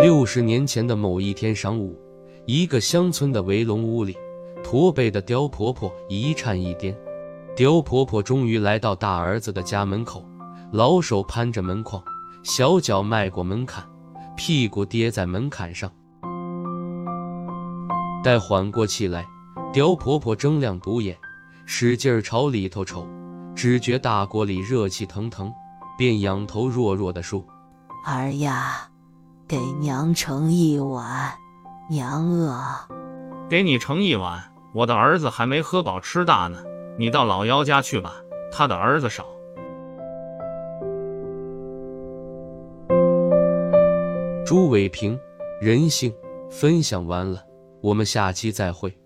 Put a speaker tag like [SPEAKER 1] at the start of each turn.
[SPEAKER 1] 60年前的某一天上午，一个乡村的围笼屋里，驼背的刁婆婆一颤一颠。刁婆婆终于来到大儿子的家门口，老手攀着门框，小脚迈过门槛，屁股跌在门槛上。待缓过气来，刁婆婆睁亮独眼，使劲朝里头瞅，只觉大锅里热气腾腾，便仰头弱弱地说：“
[SPEAKER 2] 儿呀，给娘盛一碗，娘饿。”
[SPEAKER 3] 给你盛一碗，我的儿子还没喝饱吃大呢，你到老幺家去吧，他的儿子少。
[SPEAKER 1] 朱伟平，人性分享完了，我们下期再会。